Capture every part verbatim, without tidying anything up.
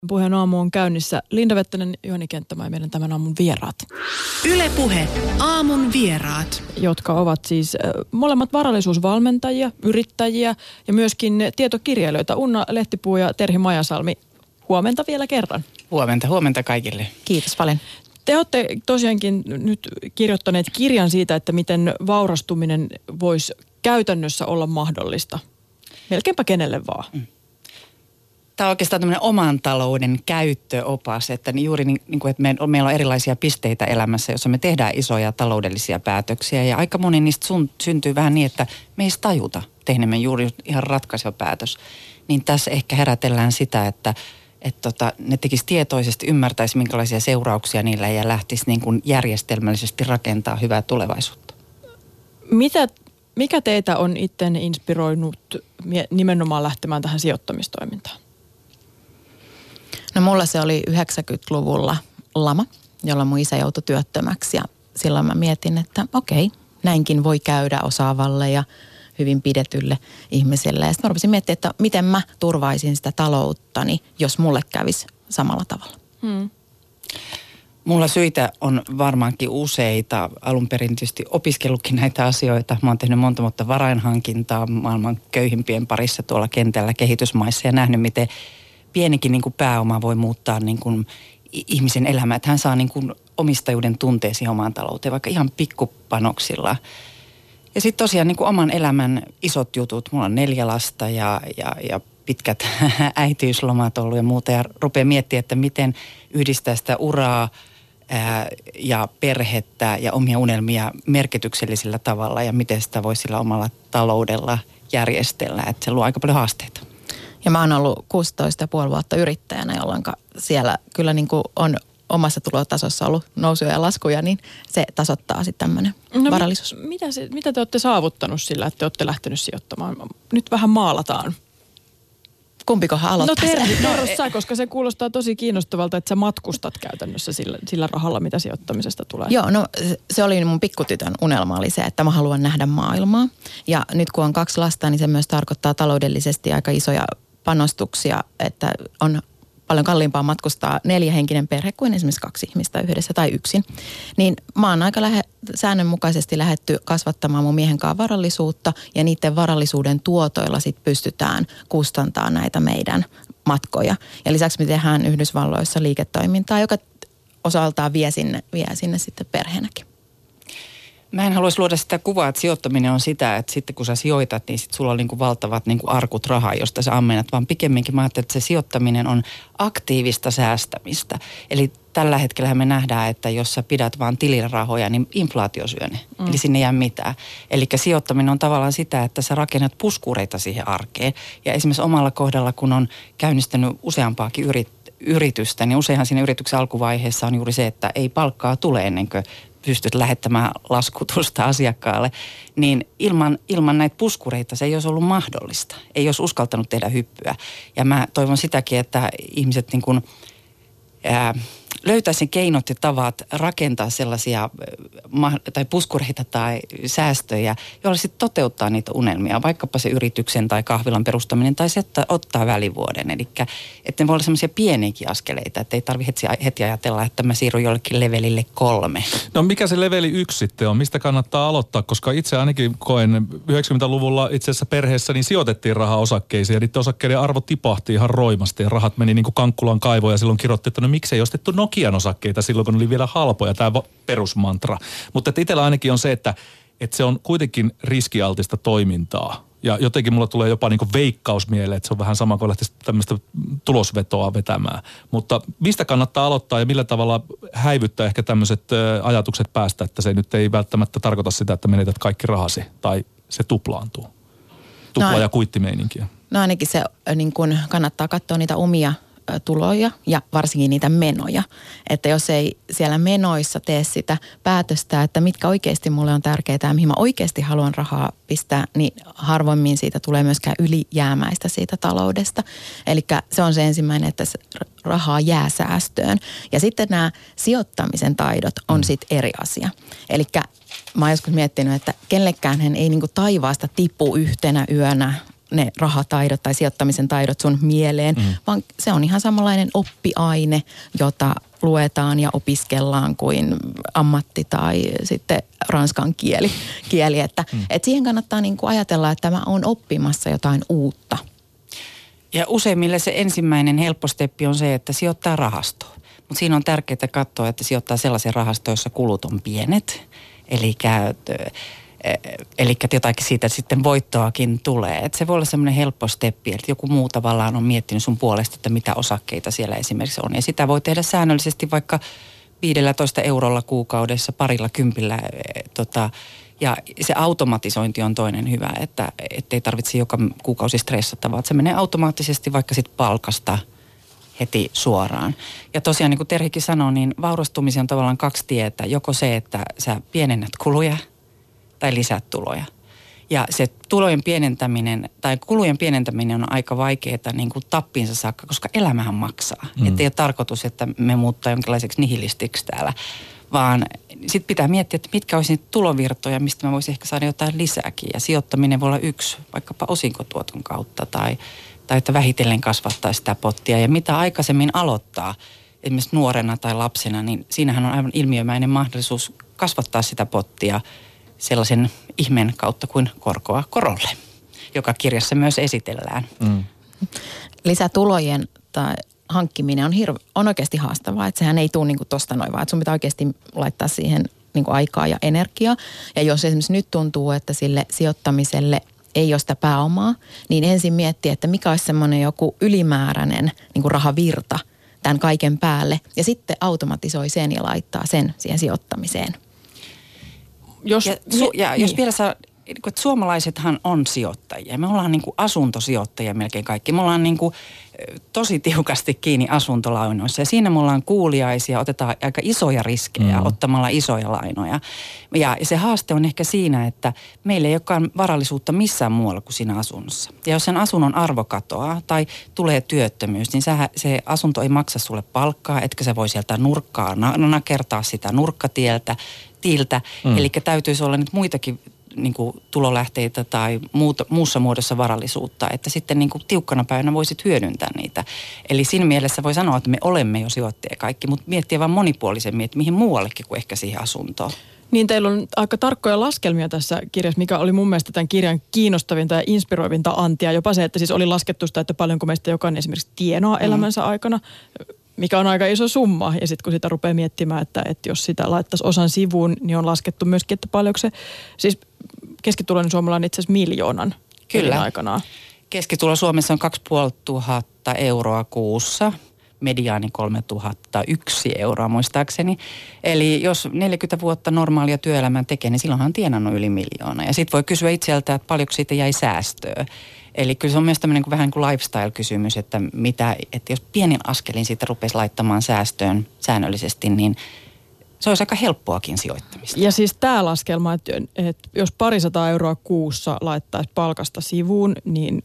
Puheen aamu on käynnissä. Linda Vettänen, Joni Kenttämaa ja meidän tämän aamun vieraat. Yle Puhe, aamun vieraat. Jotka ovat siis molemmat varallisuusvalmentajia, yrittäjiä ja myöskin tietokirjailijoita. Unna Lehtipuu ja Terhi Majasalmi. Huomenta vielä kerran. Huomenta, huomenta kaikille. Kiitos paljon. Te olette tosiaankin nyt kirjoittaneet kirjan siitä, että miten vaurastuminen voisi käytännössä olla mahdollista. Melkeinpä kenelle vaan. Mm. Tämä on oikeastaan tämmöinen oman talouden käyttöopas, että juuri niin, niin kuin, että me, meillä on erilaisia pisteitä elämässä, jossa me tehdään isoja taloudellisia päätöksiä. Ja aika moni niistä sun, syntyy vähän niin, että me ei tajuta tehneemme juuri ihan ratkaiseva päätös. Niin tässä ehkä herätellään sitä, että että tota, ne tekisi tietoisesti, ymmärtäisi minkälaisia seurauksia niillä ja lähtisi niin kuin järjestelmällisesti rakentaa hyvää tulevaisuutta. Mitä, mikä teitä on itten inspiroinut nimenomaan lähtemään tähän sijoittamistoimintaan? No mulla se oli yhdeksänkymmentäluvulla lama, jolla mun isä joutui työttömäksi ja silloin mä mietin, että okei, näinkin voi käydä osaavalle ja hyvin pidetylle ihmiselle. Ja sitten mä rupesin miettimään, että miten mä turvaisin sitä talouttani, jos mulle kävisi samalla tavalla. Hmm. Mulla syitä on varmaankin useita. Alun perin tietysti opiskellutkin näitä asioita. Mä oon tehnyt monta monta varainhankintaa maailman köyhimpien parissa tuolla kentällä kehitysmaissa ja nähnyt, miten pienikin niin kuin pääoma voi muuttaa niin kuin ihmisen elämää. Että hän saa niin kuin omistajuuden tunteesi omaan talouteen, vaikka ihan pikkupanoksilla. Ja sitten tosiaan niin kuin oman elämän isot jutut. Mulla on neljä lasta ja, ja, ja pitkät äitiyslomat ollut ja muuta. Ja rupeaa miettimään, että miten yhdistää sitä uraa ää, ja perhettä ja omia unelmia merkityksellisellä tavalla. Ja miten sitä voi sillä omalla taloudella järjestellä. Että se luo aika paljon haasteita. Ja mä oon ollut kuusitoista pilkku viisi vuotta yrittäjänä, jolloin siellä kyllä niin kuin on omassa tulotasossa ollut nousuja ja laskuja, niin se tasoittaa sitten tämmöinen no, varallisuus. Mit, mitä, se, mitä te olette saavuttanut sillä, että te olette lähtenyt sijoittamaan? Nyt vähän maalataan. Kumpikohan aloittaa? No Terhi, kerro sä, koska se kuulostaa tosi kiinnostavalta, että sä matkustat käytännössä sillä, sillä rahalla, mitä sijoittamisesta tulee. Joo, no se oli mun pikkutytön unelma oli se, että mä haluan nähdä maailmaa. Ja nyt kun on kaksi lasta, niin se myös tarkoittaa taloudellisesti aika isoja panostuksia, että on paljon kalliimpaa matkustaa neljähenkinen perhe kuin esimerkiksi kaksi ihmistä yhdessä tai yksin. Niin mä oon aika lähe, säännönmukaisesti lähdetty kasvattamaan mun miehen kanssa varallisuutta ja niiden varallisuuden tuotoilla sit pystytään kustantamaan näitä meidän matkoja. Ja lisäksi me tehdään Yhdysvalloissa liiketoimintaa, joka osaltaan vie sinne, vie sinne sitten perheenäkin. Mä en haluaisi luoda sitä kuvaa, että sijoittaminen on sitä, että sitten kun sä sijoitat, niin sit sulla on niin kuin valtavat niin kuin arkut rahaa, josta sä ammennat, vaan pikemminkin mä ajattelen, että se sijoittaminen on aktiivista säästämistä. Eli tällä hetkellä me nähdään, että jos sä pidät vaan tilillä rahoja, niin inflaatio syö ne. Mm. Eli sinne ei jää mitään. Eli sijoittaminen on tavallaan sitä, että sä rakennat puskureita siihen arkeen. Ja esimerkiksi omalla kohdalla, kun on käynnistänyt useampaakin yrittäjää, yritystä, niin useinhan siinä yrityksen alkuvaiheessa on juuri se, että ei palkkaa tule ennen kuin pystyt lähettämään laskutusta asiakkaalle, niin ilman, ilman näitä puskureita se ei olisi ollut mahdollista. Ei olisi uskaltanut tehdä hyppyä. Ja mä toivon sitäkin, että ihmiset niin kuin, ää, löytäisi keinot ja tavat rakentaa sellaisia tai puskureita tai säästöjä, joilla sitten toteuttaa niitä unelmia, vaikkapa se yrityksen tai kahvilan perustaminen tai se, että ottaa välivuoden. Eli että ne voi olla sellaisia pieniäkin askeleita, että ei tarvitse heti ajatella, että mä siirryn jollekin levelille kolme. No mikä se leveli yksi sitten on? Mistä kannattaa aloittaa? Koska itse ainakin koen yhdeksänkymmentäluvulla itse asiassa perheessä niin sijoitettiin rahaa osakkeisiin ja niiden osakkeiden arvo tipahti ihan roimasti ja rahat meni niin kuin Kankkulan kaivoon ja silloin kirjoitti, että no miksei ostettu Nokian osakkeita silloin, kun ne oli vielä halpoja, tämä perusmantra. Mutta itsellä ainakin on se, että, että se on kuitenkin riskialtista toimintaa. Ja jotenkin mulla tulee jopa niin kuin veikkaus mieleen, että se on vähän sama kuin lähtisi tämmöistä tulosvetoa vetämään. Mutta mistä kannattaa aloittaa ja millä tavalla häivyttää ehkä tämmöiset ajatukset päästä, että se nyt ei välttämättä tarkoita sitä, että menetät kaikki rahasi tai se tuplaantuu. Tupla- no, ja kuittimeininkiä. No ainakin se niin kun kannattaa katsoa niitä omia tuloja ja varsinkin niitä menoja. Että jos ei siellä menoissa tee sitä päätöstä, että mitkä oikeasti mulle on tärkeää ja mihin mä oikeasti haluan rahaa pistää, niin harvoimmin siitä tulee myöskään ylijäämäistä siitä taloudesta. Eli se on se ensimmäinen, että se rahaa jää säästöön. Ja sitten nämä sijoittamisen taidot on sitten eri asia. Eli mä oon joskus miettinyt, että kenellekään hän ei niinku taivaasta tipu yhtenä yönä ne rahataidot tai sijoittamisen taidot sun mieleen, mm. vaan se on ihan samanlainen oppiaine, jota luetaan ja opiskellaan kuin ammatti tai sitten ranskan kieli. kieli. Että, mm. et siihen kannattaa niin kuin ajatella, että mä oon oppimassa jotain uutta. Ja useimmille se ensimmäinen helppo steppi on se, että sijoittaa rahastoon. Mutta siinä on tärkeää katsoa, että sijoittaa sellaisen rahastoon, jossa kulut on pienet. Eli Eli jotakin siitä sitten voittoakin tulee. Että se voi olla semmoinen helppo steppi, että joku muu tavallaan on miettinyt sun puolesta, että mitä osakkeita siellä esimerkiksi on. Ja sitä voi tehdä säännöllisesti vaikka viidellätoista eurolla kuukaudessa, parilla kympillä. Tota, ja se automatisointi on toinen hyvä, että ei tarvitse joka kuukausi stressata, vaan se menee automaattisesti vaikka sit palkasta heti suoraan. Ja tosiaan niin kuin Terhikin sanoi, niin vaurastumisen on tavallaan kaksi tietä. Joko se, että sä pienennät kuluja tai lisät tuloja. Ja se tulojen pienentäminen tai kulujen pienentäminen on aika vaikeaa niin kuin tappiinsa saakka, koska elämähän maksaa. Mm. Että ei ole tarkoitus, että me muuttaa jonkinlaiseksi nihilistiksi täällä, vaan sitten pitää miettiä, että mitkä olisi niitä tulovirtoja, mistä mä voisin ehkä saada jotain lisääkin. Ja sijoittaminen voi olla yksi, vaikkapa osinkotuoton kautta tai, tai että vähitellen kasvattaa sitä pottia. Ja mitä aikaisemmin aloittaa, esimerkiksi nuorena tai lapsena, niin siinähän on aivan ilmiömäinen mahdollisuus kasvattaa sitä pottia sellaisen ihmeen kautta kuin korkoa korolle, joka kirjassa myös esitellään. Mm. Lisätulojen tai hankkiminen on, hirve, on oikeasti haastavaa, että sehän ei tule niin kuin tosta noin, vaan että sun pitää oikeasti laittaa siihen niin kuin aikaa ja energiaa. Ja jos esimerkiksi nyt tuntuu, että sille sijoittamiselle ei ole sitä pääomaa, niin ensin miettiä, että mikä olisi semmoinen joku ylimääräinen niin kuin rahavirta tämän kaiken päälle. Ja sitten automatisoi sen ja laittaa sen siihen sijoittamiseen. Jos, ja, su, ja niin. jos vielä saa, että suomalaisethan on sijoittajia. Me ollaan niin kuin asuntosijoittajia melkein kaikki. Me ollaan niin kuin tosi tiukasti kiinni asuntolainoissa ja siinä me ollaan kuuliaisia, otetaan aika isoja riskejä mm. ottamalla isoja lainoja. Ja se haaste on ehkä siinä, että meillä ei olekaan varallisuutta missään muualla kuin siinä asunnossa. Ja jos sen asunnon arvo katoaa tai tulee työttömyys, niin sä, se asunto ei maksa sulle palkkaa, etkä sä voi sieltä nurkkaa nakertaa sitä nurkkatieltä. Tiiltä. Mm. Eli täytyisi olla nyt muitakin niin kuin tulolähteitä tai muuta, muussa muodossa varallisuutta, että sitten niin kuin tiukkana päivänä voisit hyödyntää niitä. Eli siinä mielessä voi sanoa, että me olemme jo sijoittajia kaikki, mutta miettiä vaan monipuolisemmin, että mihin muuallekin kuin ehkä siihen asuntoon. Niin teillä on aika tarkkoja laskelmia tässä kirjassa, mikä oli mun mielestä tämän kirjan kiinnostavinta ja inspiroivinta antia. Jopa se, että siis oli laskettu sitä, että paljonko meistä jokainen esimerkiksi tienaa mm. elämänsä aikana, mikä on aika iso summa. Ja sitten kun sitä rupeaa miettimään, että, että jos sitä laittaisi osan sivuun, niin on laskettu myöskin, että paljonko se, siis keskituloinen suomalainen itse asiassa miljoonan Kyllä. aikanaan. Keskitulo Suomessa on kaksituhattaviisisataa euroa kuussa, mediaani kolmetuhatta yksi euroa muistaakseni. Eli jos neljäkymmentä vuotta normaalia työelämää tekee, niin silloinhan on tienannut yli miljoona. Ja sitten voi kysyä itseltä, että paljonko siitä jäi säästöä. Eli kyllä se on myös tämmöinen vähän niin kuin lifestyle-kysymys, että, mitä, että jos pienin askelin siitä rupesi laittamaan säästöön säännöllisesti, niin se olisi aika helppoakin sijoittamista. Ja siis tämä laskelma, että, että jos parisataa euroa kuussa laittaisi palkasta sivuun, niin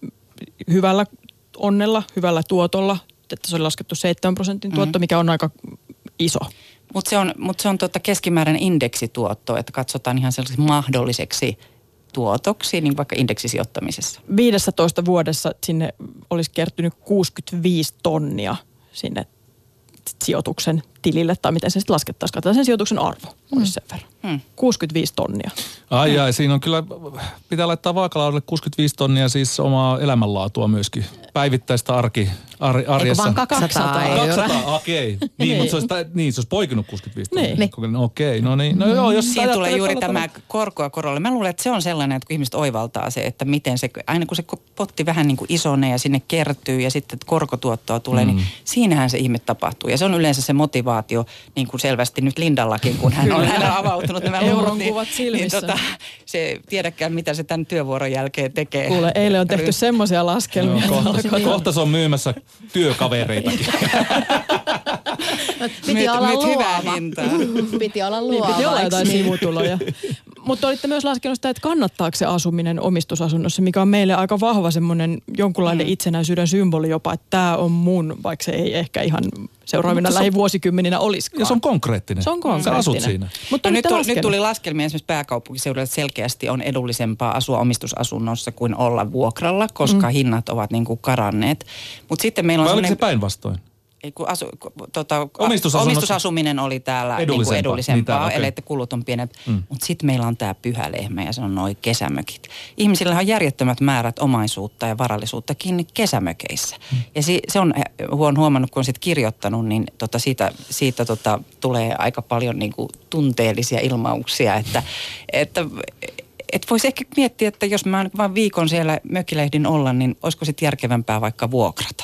hyvällä onnella, hyvällä tuotolla, että se oli laskettu seitsemän prosentin tuotto, mm-hmm. mikä on aika iso. Mutta se on, mut se on tuota keskimääräinen indeksituotto, että katsotaan ihan sellaiseksi mahdolliseksi tuotoksi, niin vaikka indeksisijoittamisessa. viidessätoista vuodessa sinne olisi kertynyt kuusikymmentäviisi tonnia sinne sijoituksen tilille, tai miten se sitten laskettaisiin. Katsotaan sen sijoituksen arvo, olisi mm. sen verran. Mm. kuusikymmentäviisi tonnia. Ai ai, siinä on kyllä, pitää laittaa vaakalaudelle kuusikymmentäviisi tonnia siis omaa elämänlaatua myöskin. Päivittäistä arki, ar, arjessa. Eikö vaan kaksisataa euroa? kaksisataa, okei. Okay. Niin, mutta se olisi, niin, se olisi poikinut kuusikymmentäviisi tonnia. Niin. Okei, okay, no niin. No joo, jos siinä tulee juuri tämä korkoa korolle. Mä luulen, että se on sellainen, että kun ihmiset oivaltaa se, että miten se, aina kun se potti vähän niin kuin isonee ja sinne kertyy ja sitten korkotuottoa tulee, mm. niin siinähän se ihme tapahtuu. Ja se on yleensä se motivaatio, niin kuin selvästi nyt Lindallakin, kun hän on hänellä avautunut nämä luvut, niin, niin tota, se tiedäkään, mitä se tämän työvuoron jälkeen tekee. Kuule, eilen on tehty semmoisia laskelmia. No, kohta, kohta se on myymässä työkavereitakin. Piti olla Myt luova. hyvää hintaa. Piti olla luova. Niin, piti olla jotain sivutuloja. Mutta olitte myös laskenut sitä, että kannattaako se asuminen omistusasunnossa, mikä on meille aika vahva semmoinen jonkunlainen mm. itsenäisyyden symboli jopa, että tämä on mun, vaikka se ei ehkä ihan seuraavina lähivuosikymmeninä olisikaan. Ja se on konkreettinen. Se on konkreettinen. Sä asut siinä. Mutta nyt, tuli, nyt tuli laskelmia esimerkiksi pääkaupunkiseudulla, että selkeästi on edullisempaa asua omistusasunnossa kuin olla vuokralla, koska mm. hinnat ovat niin kuin karanneet. Mutta sitten meillä on Vai sellainen... oliko se päinvastoin? Ei, kun asu, tota, omistusasuminen oli täällä edullisempaa, niin edullisempaa niin okay. eli että kulut on pienet. Mm. Mutta sitten meillä on tämä pyhä lehmä ja se on noi kesämökit. Ihmisillä on järjettömät määrät omaisuutta ja varallisuutta kiinni kesämökeissä. Mm. Ja si, se on, on huomannut, kun on sitten kirjoittanut, niin tota siitä, siitä tota, tulee aika paljon niinku tunteellisia ilmauksia, että, että et voisi ehkä miettiä, että jos mä vain viikon siellä mökillä ehdin olla, niin olisiko sitten järkevämpää vaikka vuokrata.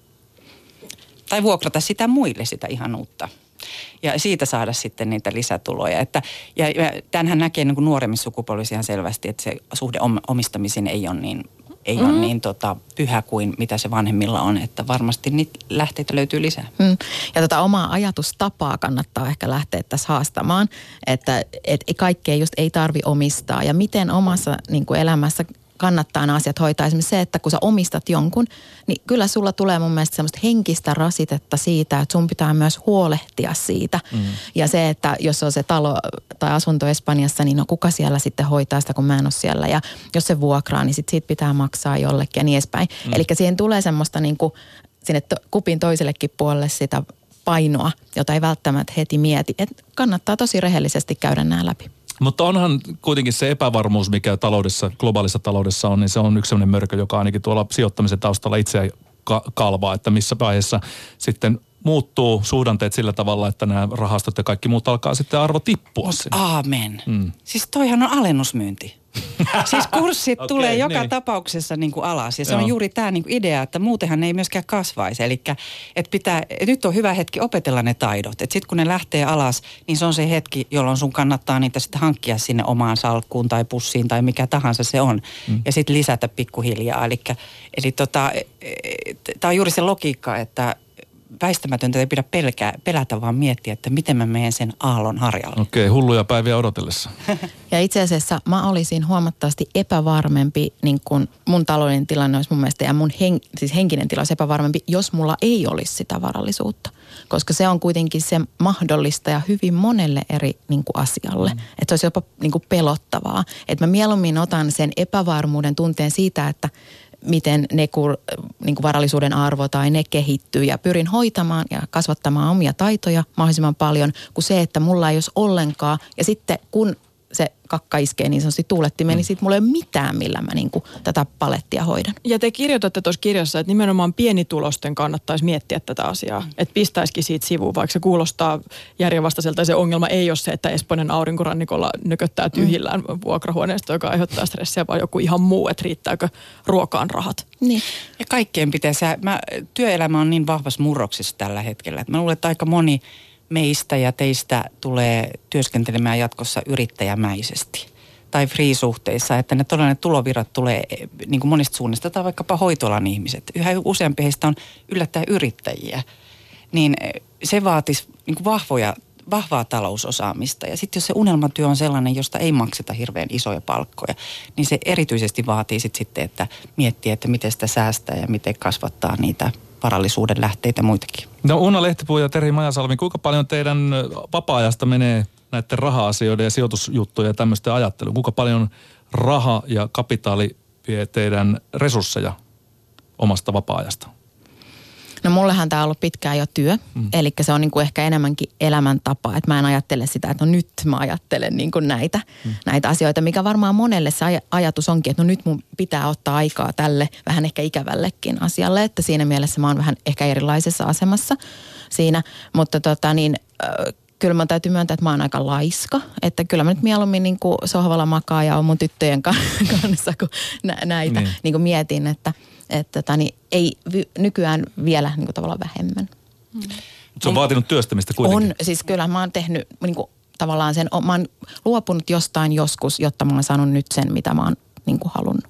Tai vuokrata sitä muille sitä ihanuutta. Ja siitä saada sitten niitä lisätuloja. Että, ja, ja tämänhän näkee niin kuin nuoremmissa sukupolvissa ihan selvästi, että se suhde omistamiseen ei ole niin, ei mm. ole niin tota, pyhä kuin mitä se vanhemmilla on. Että varmasti niitä lähteitä löytyy lisää. Mm. Ja tota omaa ajatustapaa kannattaa ehkä lähteä tässä haastamaan. Että et kaikkea just ei tarvi omistaa. Ja miten omassa niin kuin elämässä kannattaa nämä asiat hoitaa. Esimerkiksi se, että kun sä omistat jonkun, niin kyllä sulla tulee mun mielestä semmoista henkistä rasitetta siitä, että sun pitää myös huolehtia siitä. Mm. Ja se, että jos on se talo tai asunto Espanjassa, niin no kuka siellä sitten hoitaa sitä, kun mä en ole siellä. Ja jos se vuokraa, niin sit siitä pitää maksaa jollekin ja niin edespäin. Mm. Eli siihen tulee semmoista niin kuin sinne to, kupin toisellekin puolelle sitä painoa, jota ei välttämättä heti mieti. Et kannattaa tosi rehellisesti käydä nämä läpi. Mutta onhan kuitenkin se epävarmuus, mikä taloudessa, globaalissa taloudessa on, niin se on yksi sellainen mörkö, joka ainakin tuolla sijoittamisen taustalla itseä kalvaa, että missä vaiheessa sitten muuttuu suhdanteet sillä tavalla, että nämä rahastot ja kaikki muut alkaa sitten arvo tippua sinne. Aamen. Mm. Siis toihan on alennusmyynti. Siis kurssit okay, tulee joka niin. tapauksessa niin kuin alas ja se Joo. on juuri tämä niin kuin idea, että muutenhan ne ei myöskään kasvaisi. Eli että pitää, et nyt on hyvä hetki opetella ne taidot. Että sitten kun ne lähtee alas, niin se on se hetki, jolloin sun kannattaa niitä sitten hankkia sinne omaan salkkuun tai pussiin tai mikä tahansa se on. Mm. Ja sitten lisätä pikkuhiljaa. Eli, eli tota, tämä on juuri se logiikka, että väistämätöntä ei pidä pelkää, pelätä, vaan miettiä, että miten mä menen sen aallon harjalle. Okei, okay, hulluja päiviä odotellessa. Ja itse asiassa mä olisin huomattavasti epävarmempi, niin kuin mun taloudellinen tilanne olisi mun mielestä, ja mun hen, siis henkinen tila olisi epävarmempi, jos mulla ei olisi sitä varallisuutta. Koska se on kuitenkin se mahdollistaja hyvin monelle eri niin kuin asialle. Mm. Että se olisi jopa niin kuin pelottavaa. Että mä mieluummin otan sen epävarmuuden tunteen siitä, että miten ne niin kuin varallisuuden arvo tai ne kehittyy ja pyrin hoitamaan ja kasvattamaan omia taitoja mahdollisimman paljon kuin se, että mulla ei olisi ollenkaan. Ja sitten kun se kakka iskee niin sanotusti tuulettimeen, mm. niin sitten mulla ei ole mitään, millä mä niin kuin tätä palettia hoidan. Ja te kirjoitatte tuossa kirjassa, että nimenomaan pienitulosten kannattaisi miettiä tätä asiaa. Mm. Että pistäisikin siitä sivuun, vaikka se kuulostaa järjenvastaiselta ja se ongelma ei ole se, että Espanjan aurinkorannikolla nököttää tyhjillään mm. vuokrahuoneesta, joka aiheuttaa stressiä, vaan joku ihan muu, että riittääkö ruokaan rahat. Niin. Ja kaikkeen pitäisi. Mä, työelämä on niin vahvassa murroksissa tällä hetkellä, että mä luulen, että aika moni meistä ja teistä tulee työskentelemään jatkossa yrittäjämäisesti tai free-suhteissa, että ne todellinen tulovirrat tulee niin kuin monista suunnista tai vaikkapa hoitoalan ihmiset. Yhä useampi heistä on yllättäen yrittäjiä, niin se vaatisi niin kuin vahvoja, vahvaa talousosaamista. Ja sitten jos se unelmatyö on sellainen, josta ei makseta hirveän isoja palkkoja, niin se erityisesti vaatii sit sitten, että miettii, että miten sitä säästää ja miten kasvattaa niitä varallisuuden lähteitä muitakin. No Uuna Lehtipuu ja Terhi Majasalmi, kuinka paljon teidän vapaa-ajasta menee näiden raha-asioiden ja sijoitusjuttujen ja tämmöisten ajatteluun? Kuinka paljon raha ja kapitaali vie teidän resursseja omasta vapaa-ajasta? No mullehan tämä on ollut pitkään jo työ, mm. eli se on niinku ehkä enemmänkin elämäntapa, että mä en ajattele sitä, että no nyt mä ajattelen niinku näitä, mm. näitä asioita, mikä varmaan monelle se aj- ajatus onkin, että no nyt mun pitää ottaa aikaa tälle vähän ehkä ikävällekin asialle, että siinä mielessä mä oon vähän ehkä erilaisessa asemassa siinä, mutta tota niin, äh, kyllä mä täytyy myöntää, että mä oon aika laiska, että kyllä mä nyt mieluummin niin kuin sohvalla makaa ja on mun tyttöjen kanssa, kun nä- näitä niin. Niin kuin mietin, että että tani, ei vy, nykyään vielä niin kuin tavallaan vähemmän. Mm. Se on vaatinut työstämistä kuitenkin. On, siis kyllä mä oon tehnyt niin kuin, tavallaan sen, mä oon luopunut jostain joskus, jotta mä oon saanut nyt sen, mitä mä oon niin kuin halunnut.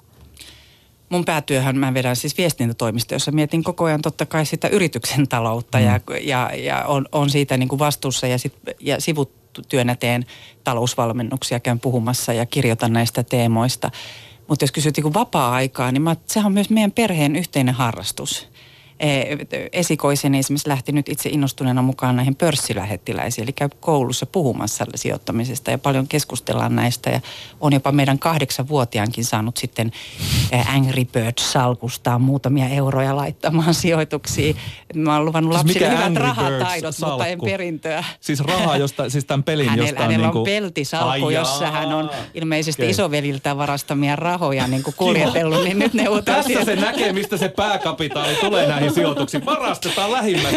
Mun päätyöhän mä vedän siis viestintätoimista, jossa mietin koko ajan totta kai sitä yrityksen taloutta mm. ja, ja, ja on, on siitä niin kuin vastuussa ja, sit, ja sivut työnä teen talousvalmennuksia, käyn puhumassa ja kirjoitan näistä teemoista. Mutta jos kysyt niin vapaa-aikaa, niin mä, sehän on myös meidän perheen yhteinen harrastus. Esikoiseni esimerkiksi lähti nyt itse innostuneena mukaan näihin pörssilähettiläisiin, eli käy koulussa puhumassa sijoittamisesta ja paljon keskustellaan näistä. Ja on jopa meidän kahdeksanvuotiaankin saanut sitten Angry Birds-salkustaan muutamia euroja laittamaan sijoituksiin. Mä oon luvannut siis lapsille hyvät Angry rahataidot, Birds-salkku? Mutta en perintöä. Siis rahaa, josta, siis tämän pelin, hänellä, josta on hänellä niin kuin... on peltisalkku, jossa hän on ilmeisesti okay. isoveliltä varastamia rahoja niin kuin kuljetellut, niin nyt neuvoteltiin. Tässä se näkee, mistä se pääkapitaali tulee näihin sijoituksiin. Varastetaan lähimmät.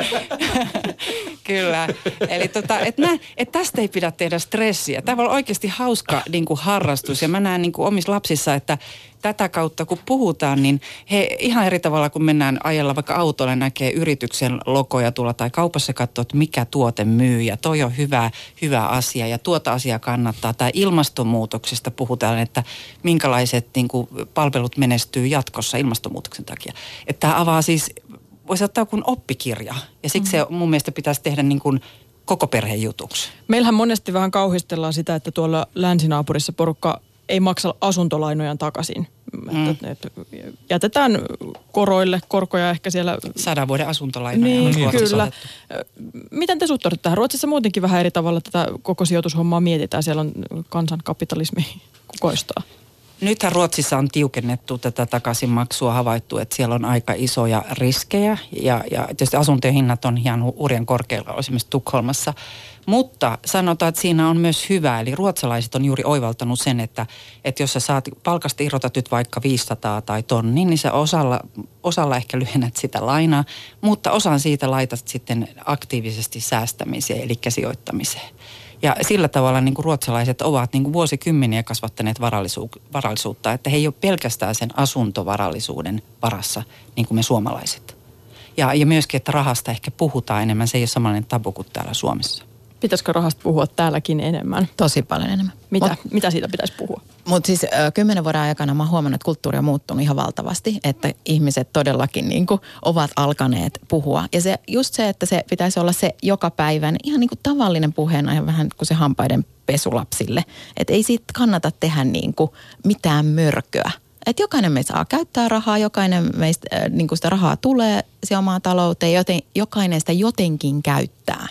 Kyllä. Eli tota, et nä, et tästä ei pidä tehdä stressiä. Tämä on oikeasti hauska niin kuin harrastus ja mä näen niin kuin omissa lapsissa, että tätä kautta kun puhutaan, niin he ihan eri tavalla kun mennään ajella vaikka autolla näkee yrityksen logoja tulla tai kaupassa katsoo, että mikä tuote myy ja toi on hyvä, hyvä asia ja tuota asiaa kannattaa. Tai ilmastonmuutoksesta puhutaan, että minkälaiset niin kuin palvelut menestyy jatkossa ilmastonmuutoksen takia. Että tämä avaa siis, voisi ottaa kuin oppikirja ja siksi se mun mielestä pitäisi tehdä niin kuin koko perheen jutuksi. Meillähän monesti vähän kauhistellaan sitä, että tuolla länsinaapurissa porukka ei maksa asuntolainojaan takaisin. Mm. Että, että jätetään koroille, korkoja ehkä siellä... Sadan vuoden asuntolainoja. Niin, kyllä. Otettu. Miten te suhtaudutte tähän? Ruotsissa muutenkin vähän eri tavalla tätä koko sijoitushommaa mietitään. Siellä on kansankapitalismi kukoistaa. Nythän Ruotsissa on tiukennettu tätä takaisinmaksua, havaittu, että siellä on aika isoja riskejä ja, ja tietysti asuntojen hinnat on ihan hurjan korkealla, esimerkiksi Tukholmassa. Mutta sanotaan, että siinä on myös hyvä, eli ruotsalaiset on juuri oivaltanut sen, että, että jos sä saat palkasta irrotat nyt vaikka viisisataa tai tonni, niin sä osalla, osalla ehkä lyhennät sitä lainaa, mutta osan siitä laitat sitten aktiivisesti säästämiseen, eli sijoittamiseen. Ja sillä tavalla niin kuin ruotsalaiset ovat niin kuin vuosikymmeniä kasvattaneet varallisu- varallisuutta, että he ei ole pelkästään sen asuntovarallisuuden varassa, niin kuin me suomalaiset. Ja, ja myöskin, että rahasta ehkä puhutaan enemmän, se ei ole samanlainen tabu kuin täällä Suomessa. Pitäisikö rahasta puhua täälläkin enemmän? Tosi paljon enemmän. Mitä, Mut, mitä siitä pitäisi puhua? Mutta siis kymmenen vuoden aikana mä oon huomannut, että kulttuuri on muuttunut ihan valtavasti, että ihmiset todellakin niin kuin ovat alkaneet puhua. Ja se, just se, että se pitäisi olla se joka päivän ihan niin kuin tavallinen puheenaihe, vähän kuin se hampaiden pesu lapsille. Että ei siitä kannata tehdä niin kuin mitään mörköä. Että jokainen meistä saa käyttää rahaa, jokainen meistä äh, niin kuin sitä rahaa tulee se omaan talouteen, joten jokainen sitä jotenkin käyttää.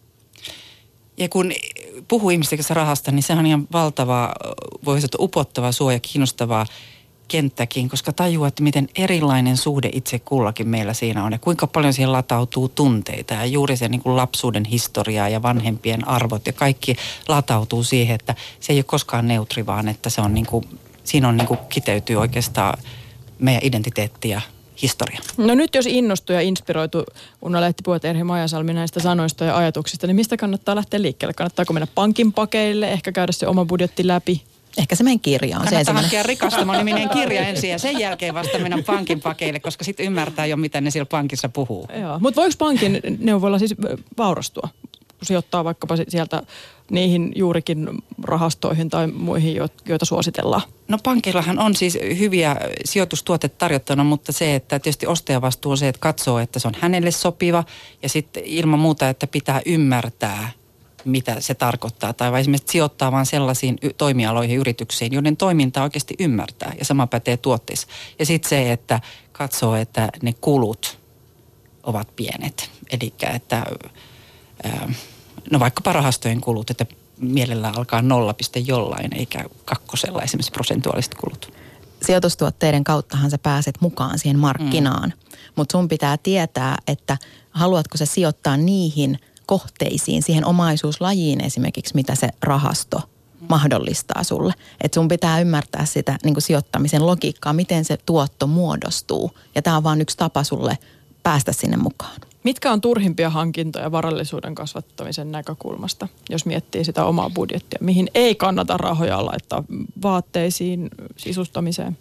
Ja kun puhuu ihmisten kanssa rahasta, niin sehän on ihan valtava, voisi sanoa upottava suoja, kiinnostavaa kenttäkin, koska tajuaa, että miten erilainen suhde itse kullakin meillä siinä on ja kuinka paljon siihen latautuu tunteita ja juuri se niin kuin lapsuuden historiaa ja vanhempien arvot ja kaikki latautuu siihen, että se ei ole koskaan neutri, vaan että se on niin kuin, siinä on niin kuin kiteytyy oikeastaan meidän identiteetti ja historia. No nyt jos innostuu ja inspiroitu Unna Lehtipuo ja Erhi Majasalmi näistä sanoista ja ajatuksista, niin mistä kannattaa lähteä liikkeelle? Kannattaako mennä pankin pakeille, ehkä käydä se oma budjetti läpi? Ehkä se meidän kirja on kannattaa se ensimmäinen. Kannattaa hankkia Rikastamon-niminen kirja ensin ja sen jälkeen vasta mennä pankin pakeille, koska sitten ymmärtää jo, mitä ne siellä pankissa puhuu. Joo, mutta voiko pankin neuvolla siis vaurastua? Sijoittaa vaikkapa sieltä niihin juurikin rahastoihin tai muihin, joita suositellaan? No pankillahan on siis hyviä sijoitustuotteita tarjottuna, mutta se, että tietysti ostajavastuu on se, että katsoo, että se on hänelle sopiva ja sitten ilman muuta, että pitää ymmärtää, mitä se tarkoittaa. Tai esimerkiksi sijoittaa vaan sellaisiin toimialoihin, yrityksiin, joiden toimintaa oikeasti ymmärtää ja sama pätee tuotteissa. Ja sitten se, että katsoo, että ne kulut ovat pienet. Eli että... Ää, No vaikkapa rahastojen kulut, että mielellään alkaa nolla piste jollain, eikä kakkosella esimerkiksi prosentuaaliset kulut. Sijoitustuotteiden kauttahan sä pääset mukaan siihen markkinaan, mm. mutta sun pitää tietää, että haluatko sä sijoittaa niihin kohteisiin, siihen omaisuuslajiin esimerkiksi, mitä se rahasto mm. mahdollistaa sulle. Että sun pitää ymmärtää sitä niin kuin sijoittamisen logiikkaa, miten se tuotto muodostuu. Ja tää on vaan yksi tapa sulle päästä sinne mukaan. Mitkä on turhimpia hankintoja varallisuuden kasvattamisen näkökulmasta, jos miettii sitä omaa budjettia? Mihin ei kannata rahoja laittaa vaatteisiin, sisustamiseen?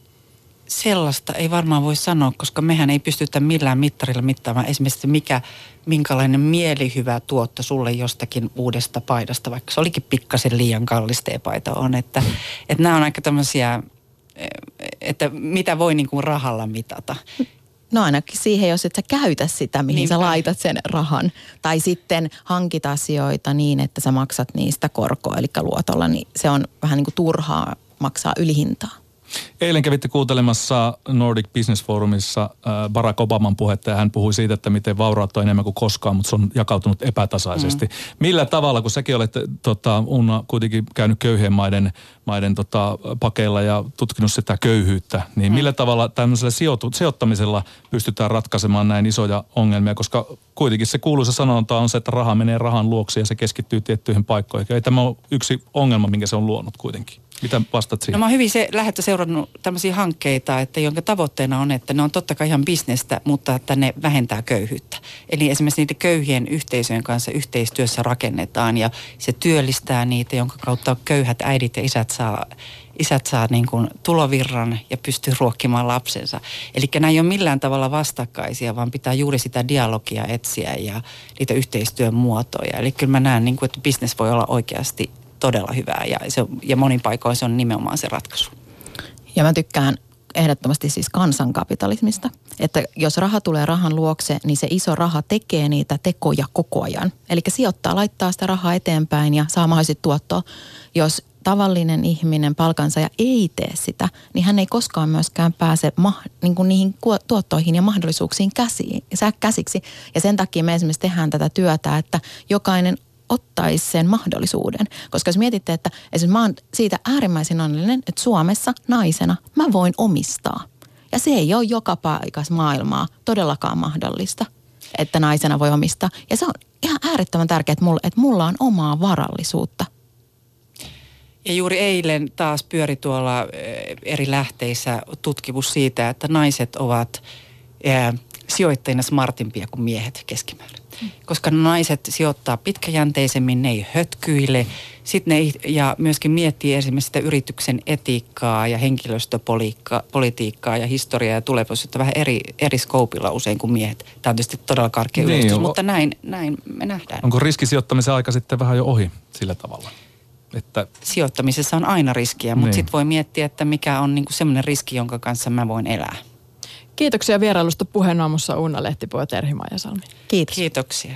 Sellaista ei varmaan voi sanoa, koska mehän ei pystytä millään mittarilla mittaamaan esimerkiksi mikä, minkälainen mielihyvä tuotto sulle jostakin uudesta paidasta, vaikka se olikin pikkasen liian kallis teepaita on. Että, että nämä on aika tämmöisiä, että mitä voi niin kuin rahalla mitata. No ainakin siihen, jos et sä käytä sitä, mihin Niinpä. Sä laitat sen rahan. Tai sitten hankit asioita niin, että sä maksat niistä korkoa, eli luotolla, niin se on vähän niin kuin turhaa maksaa ylihintaa. Eilen kävitte kuuntelemassa Nordic Business Forumissa Barack Obaman puhetta ja hän puhui siitä, että miten vaurautta on enemmän kuin koskaan, mutta se on jakautunut epätasaisesti. Mm. Millä tavalla, kun säkin olet tota, Unna, kuitenkin käynyt köyhien maiden, maiden tota, pakeilla ja tutkinut sitä köyhyyttä, niin mm. millä tavalla tämmöisellä sijoitu, sijoittamisella pystytään ratkaisemaan näin isoja ongelmia, koska kuitenkin se kuuluisa sanonta on se, että raha menee rahan luoksi ja se keskittyy tiettyihin paikkoihin. Ei tämä ole yksi ongelma, minkä se on luonut kuitenkin. Mitä vastaat siihen? No mä oon hyvin se, lähettä seurannut tämmöisiä hankkeita, että jonka tavoitteena on, että ne on totta kai ihan bisnestä, mutta että ne vähentää köyhyyttä. Eli esimerkiksi niiden köyhien yhteisöjen kanssa yhteistyössä rakennetaan ja se työllistää niitä, jonka kautta köyhät äidit ja isät saa, isät saa niin kuin tulovirran ja pystyy ruokkimaan lapsensa. Eli nämä ei ole millään tavalla vastakkaisia, vaan pitää juuri sitä dialogia etsiä ja niitä yhteistyön muotoja. Eli kyllä mä näen, niin kuin, että business voi olla oikeasti todella hyvää ja, se, ja monin paikoin se on nimenomaan se ratkaisu. Ja mä tykkään ehdottomasti siis kansankapitalismista, että jos raha tulee rahan luokse, niin se iso raha tekee niitä tekoja koko ajan. Eli sijoittaa, laittaa sitä rahaa eteenpäin ja saa mahdollisesti tuottoa. Jos tavallinen ihminen, palkansaaja ei tee sitä, niin hän ei koskaan myöskään pääse ma- niin kuin niihin tuottoihin ja mahdollisuuksiin käsiin, käsiksi. Ja sen takia me esimerkiksi tehdään tätä työtä, että jokainen ottaisi sen mahdollisuuden. Koska jos mietitte, että esimerkiksi mä oon siitä äärimmäisen onnellinen, että Suomessa naisena mä voin omistaa. Ja se ei ole joka paikassa maailmaa todellakaan mahdollista, että naisena voi omistaa. Ja se on ihan äärettömän tärkeää, että mulla, että mulla on omaa varallisuutta. Ja juuri eilen taas pyöri tuolla eri lähteissä tutkimus siitä, että naiset ovat ää, sijoittajina smartimpia kuin miehet keskimäärin. Koska naiset sijoittaa pitkäjänteisemmin, ne ei hötkyile. Sitten ne ja myöskin miettii esimerkiksi sitä yrityksen etiikkaa ja henkilöstöpolitiikkaa ja historiaa ja tulevaisuutta vähän eri, eri skoopilla usein kuin miehet. Tämä on tietysti todella karkea niin, yleistys, mutta näin, näin me nähdään. Onko riskisijoittamisen aika sitten vähän jo ohi sillä tavalla? Että sijoittamisessa on aina riskiä, mutta niin. Sitten voi miettiä, että mikä on niinku semmoinen riski, jonka kanssa mä voin elää. Kiitoksia vierailusta Puheen aamussa Unna Lehtipuo ja Terhi Maijasalmi. Kiitos. Kiitoksia.